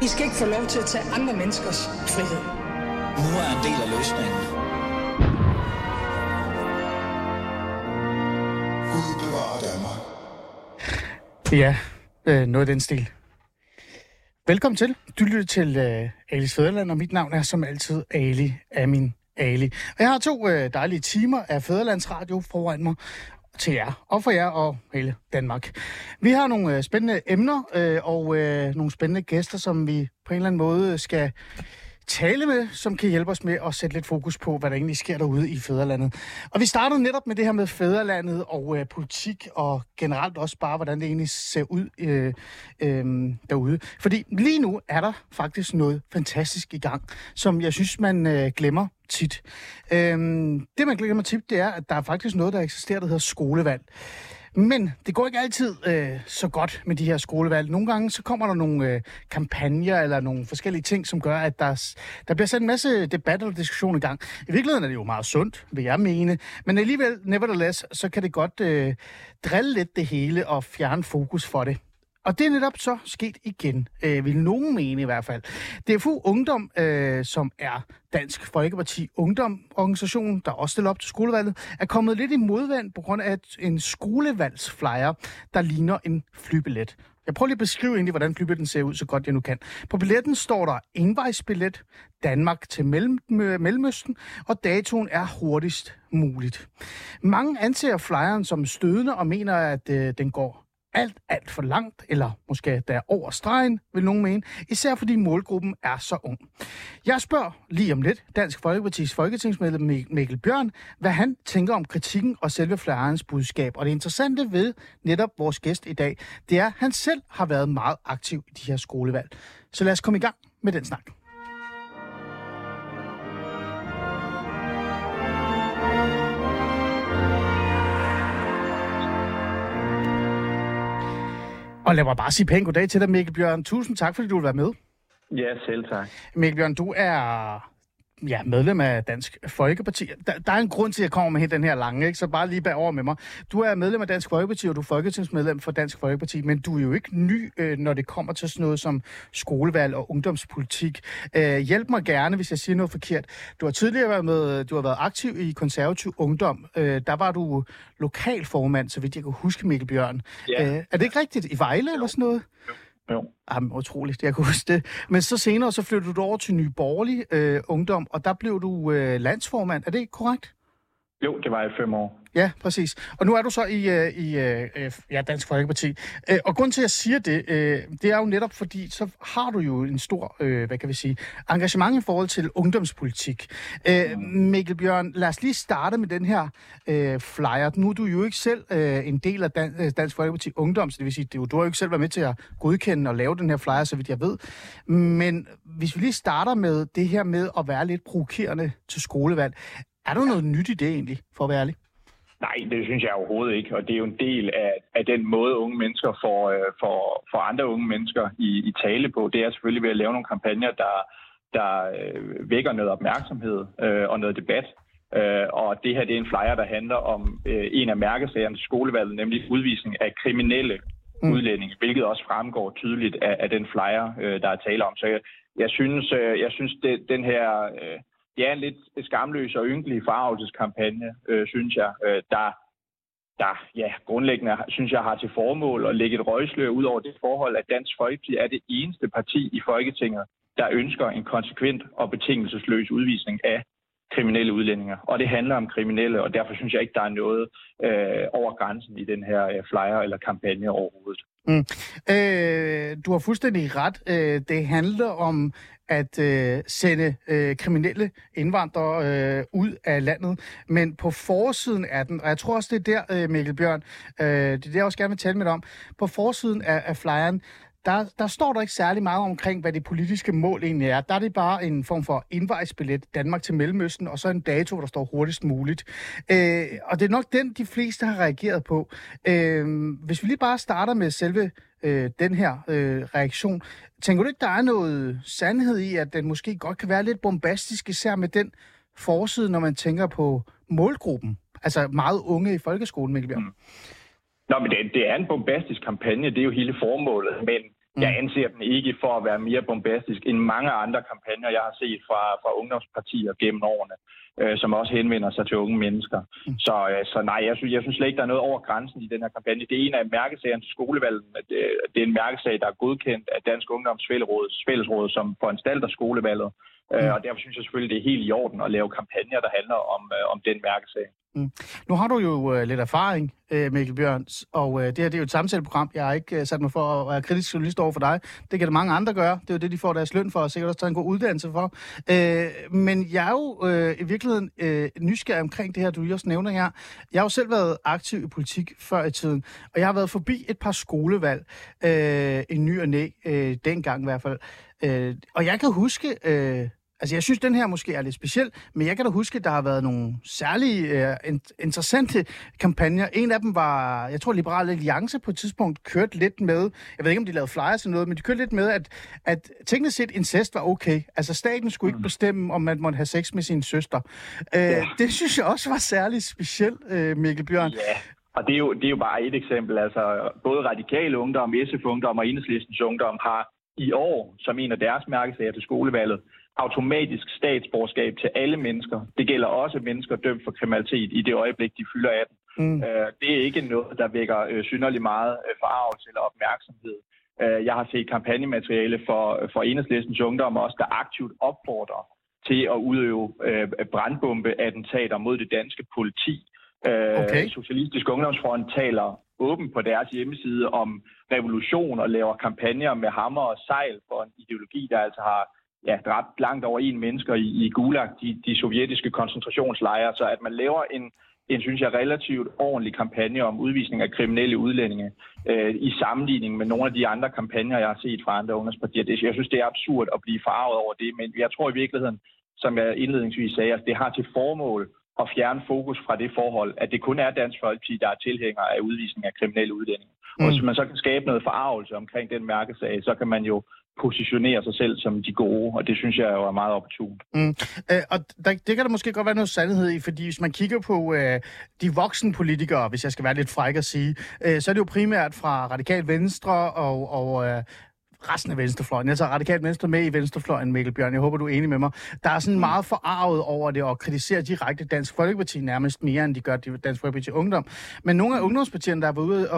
Vi skal ikke få lov til at tage andre menneskers frihed. Nu er en del af løsningen. Gud bevarer Danmark. Ja, noget af den stil. Velkommen til. Du lytter til Alis Fædreland, og mit navn er som altid Ali Amin Ali. Og jeg har 2 dejlige timer af Fædrelandsradio foran mig til jer, og for jer og hele Danmark. Vi har nogle spændende emner og nogle spændende gæster, som vi på en eller anden måde skal tale med, som kan hjælpe os med at sætte lidt fokus på, hvad der egentlig sker derude i fædrelandet. Og vi startede netop med det her med fædrelandet og politik, og generelt også bare, hvordan det egentlig ser ud derude. Fordi lige nu er der faktisk noget fantastisk i gang, som jeg synes, man glemmer tit. Det, man glemmer tit, det er, at der er faktisk noget, der eksisterer, der hedder skolevalg. Men det går ikke altid så godt med de her skolevalg. Nogle gange så kommer der nogle kampagner eller nogle forskellige ting, som gør, at der bliver sat en masse debatter og diskussioner i gang. I virkeligheden er det jo meget sundt, vil jeg mene. Men alligevel, nevertheless, så kan det godt drille lidt det hele og fjerne fokus for det. Og det er netop så sket igen, vil nogen mene i hvert fald. DFU Ungdom, som er Dansk Folkeparti Ungdom-organisationen, der også stiller op til skolevalget, er kommet lidt i modvand på grund af en skolevalgsflyer, der ligner en flybillet. Jeg prøver lige at beskrive egentlig, hvordan flybilletten ser ud, så godt jeg nu kan. På billetten står der envejsbillet, Danmark til Mellemøsten, og datoen er hurtigst muligt. Mange anser flyeren som stødende og mener, at den går alt for langt, eller måske der over stregen, vil nogen mene, især fordi målgruppen er så ung. Jeg spørger lige om lidt Dansk Folkepartis folketingsmedlem Mikkel Bjørn, hvad han tænker om kritikken og selve flyerens budskab. Og det interessante ved netop vores gæst i dag, det er, at han selv har været meget aktiv i de her skolevalg. Så lad os komme i gang med den snak. Og lad mig bare sige pænt goddag til dig, Mikkel Bjørn. Tusind tak, fordi du vil være med. Ja, selv tak. Mikkel Bjørn, du er medlem af Dansk Folkeparti. Der er en grund til, at jeg kommer med den her lange, ikke? Så bare lige bag over med mig. Du er medlem af Dansk Folkeparti, og du er folketingsmedlem for Dansk Folkeparti, men du er jo ikke ny, når det kommer til sådan noget som skolevalg og ungdomspolitik. Hjælp mig gerne, hvis jeg siger noget forkert. Du har tidligere været aktiv i Konservativ Ungdom. Der var du lokalformand, så vidt jeg kan huske, Mikkel Bjørn. Ja. Er det ikke rigtigt? I Vejle eller sådan noget? Jo. Jamen, utroligt, jeg kan huske det. Men så senere, så flyttede du over til Nye Borgerlige Ungdom, og der blev du landsformand. Er det ikke korrekt? Jo, det var i 5 år. Ja, præcis. Og nu er du så i Dansk Folkeparti. Og grund til, at jeg siger det, det er jo netop fordi, så har du jo en stor, engagement i forhold til ungdomspolitik. Mikkel Bjørn, lad os lige starte med den her flyer. Nu er du jo ikke selv en del af Dansk Folkeparti Ungdom, så det vil sige, du har jo ikke selv været med til at godkende og lave den her flyer, så vidt jeg ved. Men hvis vi lige starter med det her med at være lidt provokerende til skolevalg, er der noget nyt i det egentlig, for at være ærlig? Nej, det synes jeg overhovedet ikke, og det er jo en del af den måde, unge mennesker får andre unge mennesker i tale på. Det er selvfølgelig ved at lave nogle kampagner, der vækker noget opmærksomhed og noget debat. Og det her, det er en flyer, der handler om en af mærkesagerne til skolevalget, nemlig udvisning af kriminelle udlændinge, hvilket også fremgår tydeligt af den flyer, der er tale om. Så jeg synes den her... Det er en lidt skamløs og ynkelig forargelseskampagne, synes jeg, der grundlæggende, synes jeg, har til formål at lægge et røgslør ud over det forhold, at Dansk Folkeparti er det eneste parti i Folketinget, der ønsker en konsekvent og betingelsesløs udvisning af kriminelle udlændinge. Og det handler om kriminelle, og derfor synes jeg ikke, der er noget over grænsen i den her flyer eller kampagne overhovedet. Du har fuldstændig ret. Det handler om at sende kriminelle indvandrere ud af landet. Men på forsiden af den, og jeg tror også, det er der, Mikkel Bjørn, det er det, jeg også gerne vil tale med dig om, på forsiden af flyeren, der står der ikke særlig meget omkring, hvad det politiske mål egentlig er. Der er det bare en form for indvejsbillet, Danmark til Mellemøsten, og så en dato, der står hurtigst muligt. Og det er nok den, de fleste har reageret på. Hvis vi lige bare starter med selve den her reaktion, tænker du ikke, der er noget sandhed i, at den måske godt kan være lidt bombastisk, især med den forside, når man tænker på målgruppen? Altså meget unge i folkeskolen, Mikkel Bjørn. Nå, men det er en bombastisk kampagne, det er jo hele formålet, Jeg anser den ikke for at være mere bombastisk end mange andre kampagner, jeg har set fra ungdomspartier gennem årene, som også henvender sig til unge mennesker. Så nej, jeg synes slet ikke, der er noget over grænsen i den her kampagne. Det ene er mærkesagen til skolevalget. Det er en mærkesag, der er godkendt af Dansk Ungdoms Fællesråd, som foranstalter skolevalget. Og derfor synes jeg selvfølgelig, det er helt i orden at lave kampagner, der handler om den mærkesag. Nu har du jo lidt erfaring, Mikkel Bjørns, og det her det er jo et samtaleprogram. Jeg har ikke sat mig for at være kritisk journalist over for dig. Det kan der mange andre gøre. Det er jo det, de får deres løn for, og sikkert også taget en god uddannelse for. Men jeg er jo i virkeligheden nysgerrig omkring det her, du også nævner her. Jeg har jo selv været aktiv i politik før i tiden, og jeg har været forbi et par skolevalg, en ny og næ, dengang i hvert fald. Og jeg kan huske... Altså, jeg synes, den her måske er lidt speciel, men jeg kan da huske, at der har været nogle særlige interessante kampagner. En af dem var, jeg tror, Liberal Alliance på et tidspunkt kørte lidt med, jeg ved ikke, om de lavede flyers eller noget, men de kørte lidt med, at teknisk set incest var okay. Altså, staten skulle ikke bestemme, om man måtte have sex med sin søster. Det synes jeg også var særligt specielt, Mikkel Bjørn. Ja. Og det er jo bare et eksempel. Altså, både Radikale Ungdom, SF Ungdom og Enhedslistens Ungdom har i år, som en af deres mærkesager til skolevalget, automatisk statsborgerskab til alle mennesker. Det gælder også mennesker dømt for kriminalitet i det øjeblik, de fylder 18. Det er ikke noget, der vækker synderligt meget forarvelse eller opmærksomhed. Jeg har set kampagnemateriale for Enhedslistens Ungdom også, der aktivt opfordrer til at udøve brandbombeattentater mod det danske politi. Okay. Socialistisk Ungdomsfront taler åbent på deres hjemmeside om revolution og laver kampagner med hammer og sejl for en ideologi, der altså har dræbt langt over 1 mennesker i Gulag, de sovjetiske koncentrationslejre. Så at man laver en synes jeg, relativt ordentlig kampagne om udvisning af kriminelle udlændinge i sammenligning med nogle af de andre kampagner, jeg har set fra andre ungdomspartier. Jeg synes, det er absurd at blive forarvet over det, men jeg tror i virkeligheden, som jeg indledningsvis sagde, at det har til formål at fjerne fokus fra det forhold, at det kun er Dansk Folkeparti, der er tilhænger af udvisning af kriminelle udlændinge. Og hvis man så kan skabe noget forarvelse omkring den mærkesag, så kan man jo positionere sig selv som de gode, og det synes jeg jo er meget opportunt. Og det kan der måske godt være noget sandhed i, fordi hvis man kigger på de voksne politikere, hvis jeg skal være lidt fræk at sige, så er det jo primært fra Radikal Venstre og resten af venstrefløjen. Jeg tager Radikalt Venstre med i venstrefløjen, Mikkel Bjørn. Jeg håber, du er enig med mig. Der er sådan meget forarvet over det og kritiserer direkte Dansk Folkeparti nærmest mere, end de gør Dansk Folkeparti Ungdom. Men nogle af ungdomspartierne, der er ude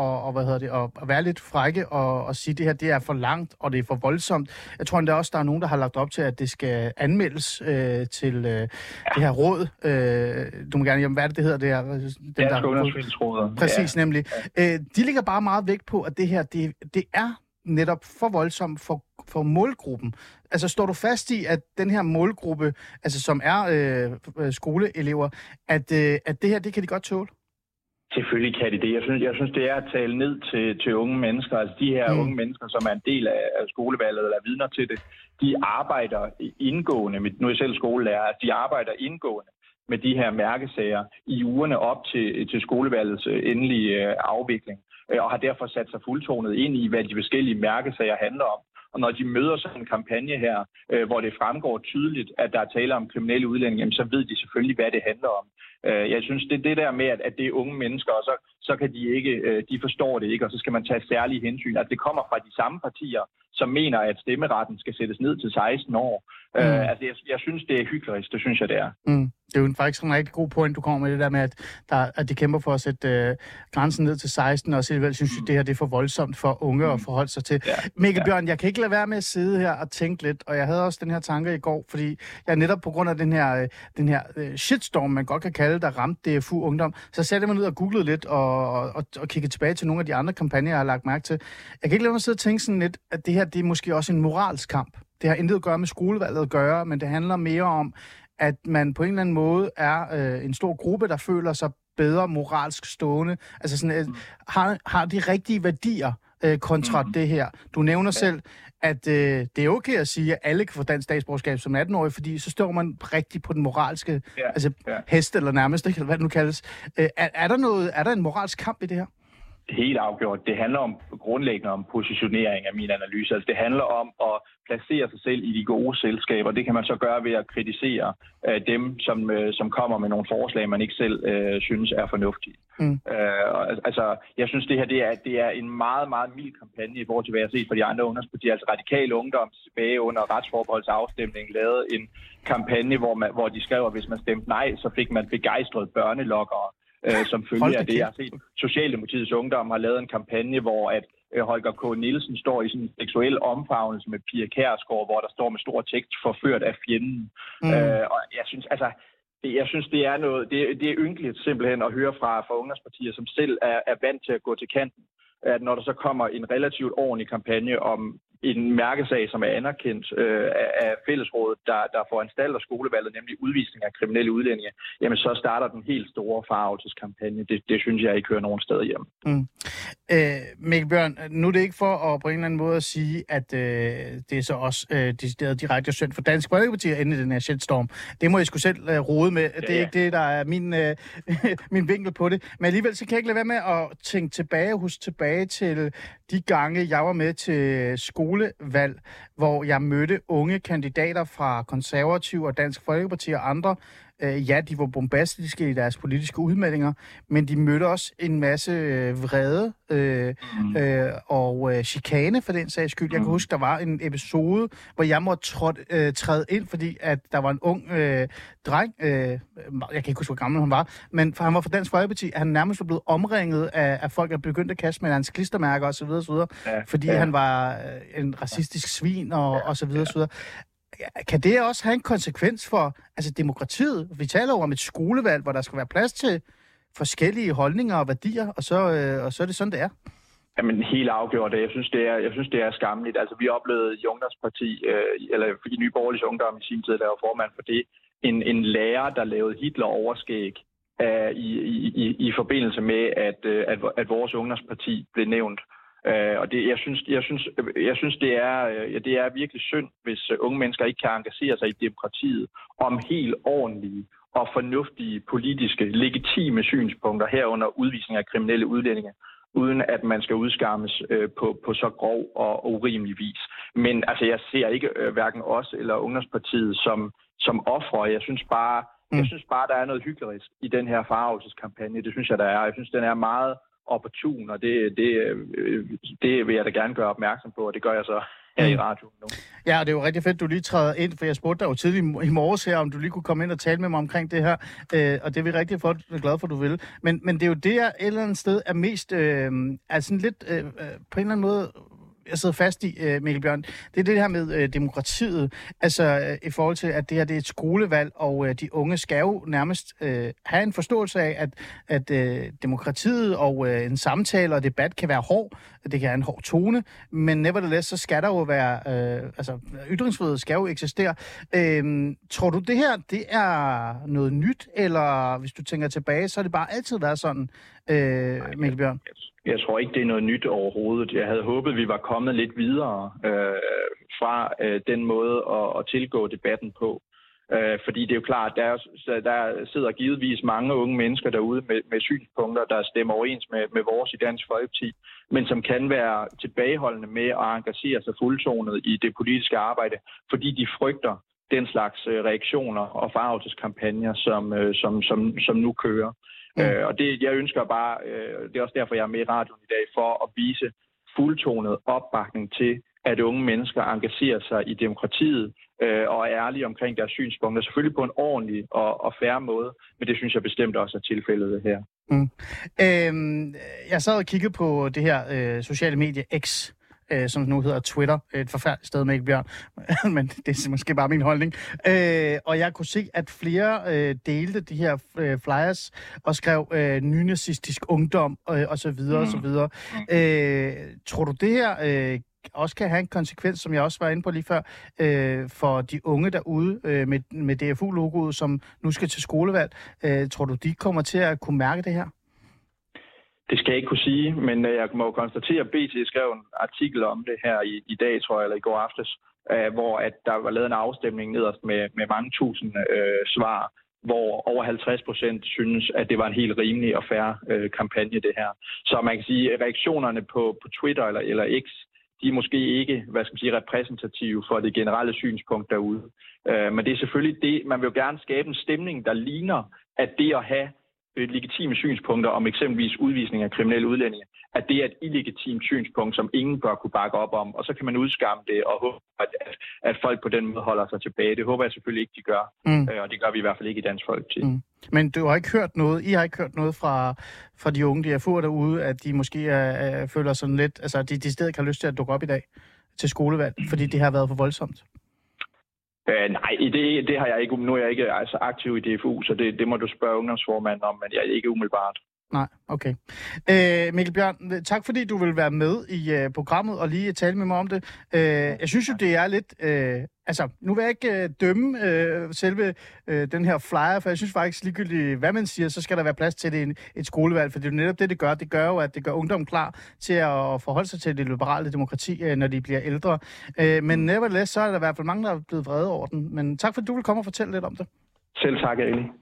og være lidt frække og sige, at det her det er for langt, og det er for voldsomt. Jeg tror endda også, der er nogen, der har lagt op til, at det skal anmeldes til det her råd. Du må gerne hjem, hvad er det hedder? Det her, Dansk Ungdomsfællesråd. Præcis, nemlig. De ligger bare meget vægt på, at det her, det er netop for voldsomt for målgruppen. Altså står du fast i, at den her målgruppe, altså som er skoleelever, at det her, det kan de godt tåle? Selvfølgelig kan de det. Jeg synes det er at tale ned til unge mennesker. Altså de her unge mennesker, som er en del af skolevalget eller vidner til det, de arbejder indgående, nu er jeg selv skolelærer, de arbejder indgående med de her mærkesager i ugerne op til skolevalgets endelige afvikling, og har derfor sat sig fuldtonet ind i, hvad de forskellige mærkesager handler om. Og når de møder sådan en kampagne her, hvor det fremgår tydeligt, at der er tale om kriminelle udlændinge, så ved de selvfølgelig, hvad det handler om. Jeg synes, det der med, at det er unge mennesker, og så kan de ikke, de forstår det ikke, og så skal man tage særlige hensyn. At det kommer fra de samme partier, som mener, at stemmeretten skal sættes ned til 16 år. Altså, jeg synes, det er hyklerisk. Det synes jeg, det er. Det er jo faktisk en rigtig god point, du kommer med det der med, at de kæmper for at sætte grænsen ned til 16, og alligevel synes jeg, det her det er for voldsomt for unge at forholde sig til. Ja. Mikkel Bjørn, jeg kan ikke lade være med at sidde her og tænke lidt, og jeg havde også den her tanke i går, fordi jeg netop på grund af den her shitstorm, man godt kan kalde, der ramte DFU Ungdom, så satte jeg mig ned og googlede lidt og kiggede tilbage til nogle af de andre kampagner, jeg har lagt mærke til. Jeg kan ikke lade mig sidde og tænke sådan lidt, at det her det er måske også en moralsk kamp. Det har intet at gøre med skolevalget at gøre, men det handler mere om, at man på en eller anden måde er en stor gruppe, der føler sig bedre moralsk stående. Altså sådan, har de rigtige værdier kontra det her. Du nævner selv, at det er okay at sige, at alle kan få dansk statsborgerskab som 18-årig, fordi så står man rigtig på den moralske hest, eller nærmest, eller hvad det nu kaldes. Er der en moralsk kamp i det her? Helt afgjort. Det handler om grundlæggende om positionering af min analyse. Altså det handler om at placere sig selv i de gode selskaber. Det kan man så gøre ved at kritisere dem, som kommer med nogle forslag, man ikke selv synes er fornuftige. Jeg synes, det her det er en meget, meget mild kampagne i forhold til, hvad jeg har set fra de andre ungdomspartier. Altså Radikale Ungdom tilbage under retsforbeholdsafstemningen lavede en kampagne, hvor de skrev, at hvis man stemte nej, så fik man begejstrede børnelokkere, som følge af det. Jeg har set Socialdemokratiets Ungdom har lavet en kampagne, hvor at Holger K. Nielsen står i sådan en seksuel omfavnelse med Pia Kjærsgaard, hvor der står med stor tekst, forført af fjenden. Og jeg synes, det er noget, det er ynkeligt simpelthen at høre fra ungdomspartier, som selv er vant til at gå til kanten, at når der så kommer en relativt ordentlig kampagne om en mærkesag, som er anerkendt af Fællesrådet, der foranstalter skolevalget, nemlig udvisning af kriminelle udlændinge, jamen så starter den helt store forargelseskampagne. Det synes jeg ikke hører nogen steder hjemme. Mikkel Bjørn, nu er det ikke for at på en eller anden måde at sige, at det er så også decideret direkte synd for Dansk Folkeparti at ende i den her shitstorm. Det må jeg sgu selv rode med. Det er ikke det, der er min vinkel på det. Men alligevel så kan jeg ikke lade være med at tænke tilbage til de gange, jeg var med til skolevalg, hvor jeg mødte unge kandidater fra Konservative og Dansk Folkeparti og andre. Ja, de var bombastiske i deres politiske udmeldinger, men de mødte også en masse vrede og chikane for den sags skyld. Jeg kan huske, der var en episode, hvor jeg måtte træde ind, fordi at der var en ung dreng, jeg kan ikke huske, hvor gammel han var, men han var fra Dansk Folkeparti, han nærmest var blevet omringet af folk, der begyndte at kaste med hans klistermærker osv., fordi han var en racistisk svin og så videre, så videre. Kan det også have en konsekvens for demokratiet? Vi taler jo om et skolevalg, hvor der skal være plads til forskellige holdninger og værdier, og så er det sådan, det er. Jamen, helt afgjort. Jeg synes, det er skammeligt. Altså, vi oplevede i Ungdomsparti, eller i Nye Borgerliges Ungdom i sin tid, der var formand for det, en lærer, der lavede Hitler-overskæg i forbindelse med, at vores Ungdomsparti blev nævnt. Og det, jeg synes det er virkelig synd, hvis unge mennesker ikke kan engagere sig i demokratiet om helt ordentlige og fornuftige politiske, legitime synspunkter herunder udvisning af kriminelle udlændinge, uden at man skal udskammes på så grov og urimelig vis. Men altså, jeg ser ikke hverken os eller Ungdomspartiet som ofre. Jeg synes bare, der er noget hyklerisk i den her forargelseskampagne. Det synes jeg, der er. Jeg synes, den er meget opportun, og det vil jeg da gerne gøre opmærksom på, og det gør jeg så her i radioen nu. Ja, og det er jo rigtig fedt, du lige træder ind, for jeg spurgte dig jo tidligt i morges her, om du lige kunne komme ind og tale med mig omkring det her, og det er vi rigtig glade for, du vil. Men det er jo det, jeg et eller andet sted er mest, sådan lidt på en eller anden måde, jeg sidder fast i, Mikkel Bjørn, det er det her med demokratiet, altså i forhold til, at det her det er et skolevalg, og de unge skal jo nærmest have en forståelse af, at demokratiet og en samtale og debat kan være hård, det kan have en hård tone, men nevertheless, så skal der jo være, ytringsfrihed skal jo eksistere. Tror du det her, det er noget nyt, eller hvis du tænker tilbage, så har det bare altid været sådan, Mikkel Bjørn? Jeg tror ikke, det er noget nyt overhovedet. Jeg havde håbet, vi var kommet lidt videre fra den måde at tilgå debatten på. Fordi det er jo klart, der sidder givetvis mange unge mennesker derude med synspunkter, der stemmer overens med vores i Dansk Folkeparti, men som kan være tilbageholdende med at engagere sig fuldtonet i det politiske arbejde, fordi de frygter den slags reaktioner og forargelseskampagner, som nu kører. Og det, jeg ønsker bare, det er også derfor, jeg er med i radioen i dag, for at vise fuldtonet opbakning til, at unge mennesker engagerer sig i demokratiet og er ærlige omkring deres synspunkter. Selvfølgelig på en ordentlig og fair måde, men det synes jeg bestemt også er tilfældet her. Jeg sad og kiggede på det her sociale medie X, som nu hedder Twitter. Et forfærdeligt sted, Mikkel Bjørn. Men det er måske bare min holdning. Og jeg kunne se, at flere delte de her flyers og skrev nynazistisk ungdom og så videre og så videre. Tror du, det her også kan have en konsekvens, som jeg også var inde på lige før, for de unge derude med DFU-logoet, som nu skal til skolevalg? Tror du, de kommer til at kunne mærke det her? Det skal jeg ikke kunne sige, men jeg må jo konstatere, at BT skrev en artikel om det her i dag, tror jeg, eller i går aftes, hvor at der var lavet en afstemning nederst med mange tusind svar, hvor over 50% synes, at det var en helt rimelig og fair kampagne, det her. Så man kan sige, at reaktionerne på Twitter eller X, de er måske ikke, repræsentative for det generelle synspunkt derude. Men det er selvfølgelig det, man vil jo gerne skabe en stemning, der ligner, at det at have legitime synspunkter om eksempelvis udvisning af kriminelle udlændinge, at det er et illegitimt synspunkt, som ingen bør kunne bakke op om, og så kan man udskamme det og håbe, at folk på den måde holder sig tilbage. Det håber jeg selvfølgelig ikke, de gør, og det gør vi i hvert fald ikke i Dansk Folkeparti. Men du har ikke hørt noget, I har ikke hørt noget fra de unge DFU'er derude, at de måske føler sådan lidt, altså de stadig ikke har lyst til at dukke op i dag til skolevalg, fordi det har været for voldsomt? Nej, det har jeg ikke. Nu er jeg ikke aktiv i DFU, så det må du spørge ungdomsformanden om, men jeg er ikke umiddelbart. Nej, okay. Mikkel Bjørn, tak fordi du vil være med i programmet og lige tale med mig om det. Jeg synes jo, det er lidt... nu vil jeg ikke dømme selve den her flyer, for jeg synes faktisk ligegyldigt, hvad man siger, så skal der være plads til det et skolevalg, for det er jo netop det gør. Det gør jo, at det gør ungdom klar til at forholde sig til det liberale demokrati, når de bliver ældre. Men nevertheless, så er der i hvert fald mange, der er blevet vrede over den. Men tak fordi du vil komme og fortælle lidt om det. Selv tak, Ali.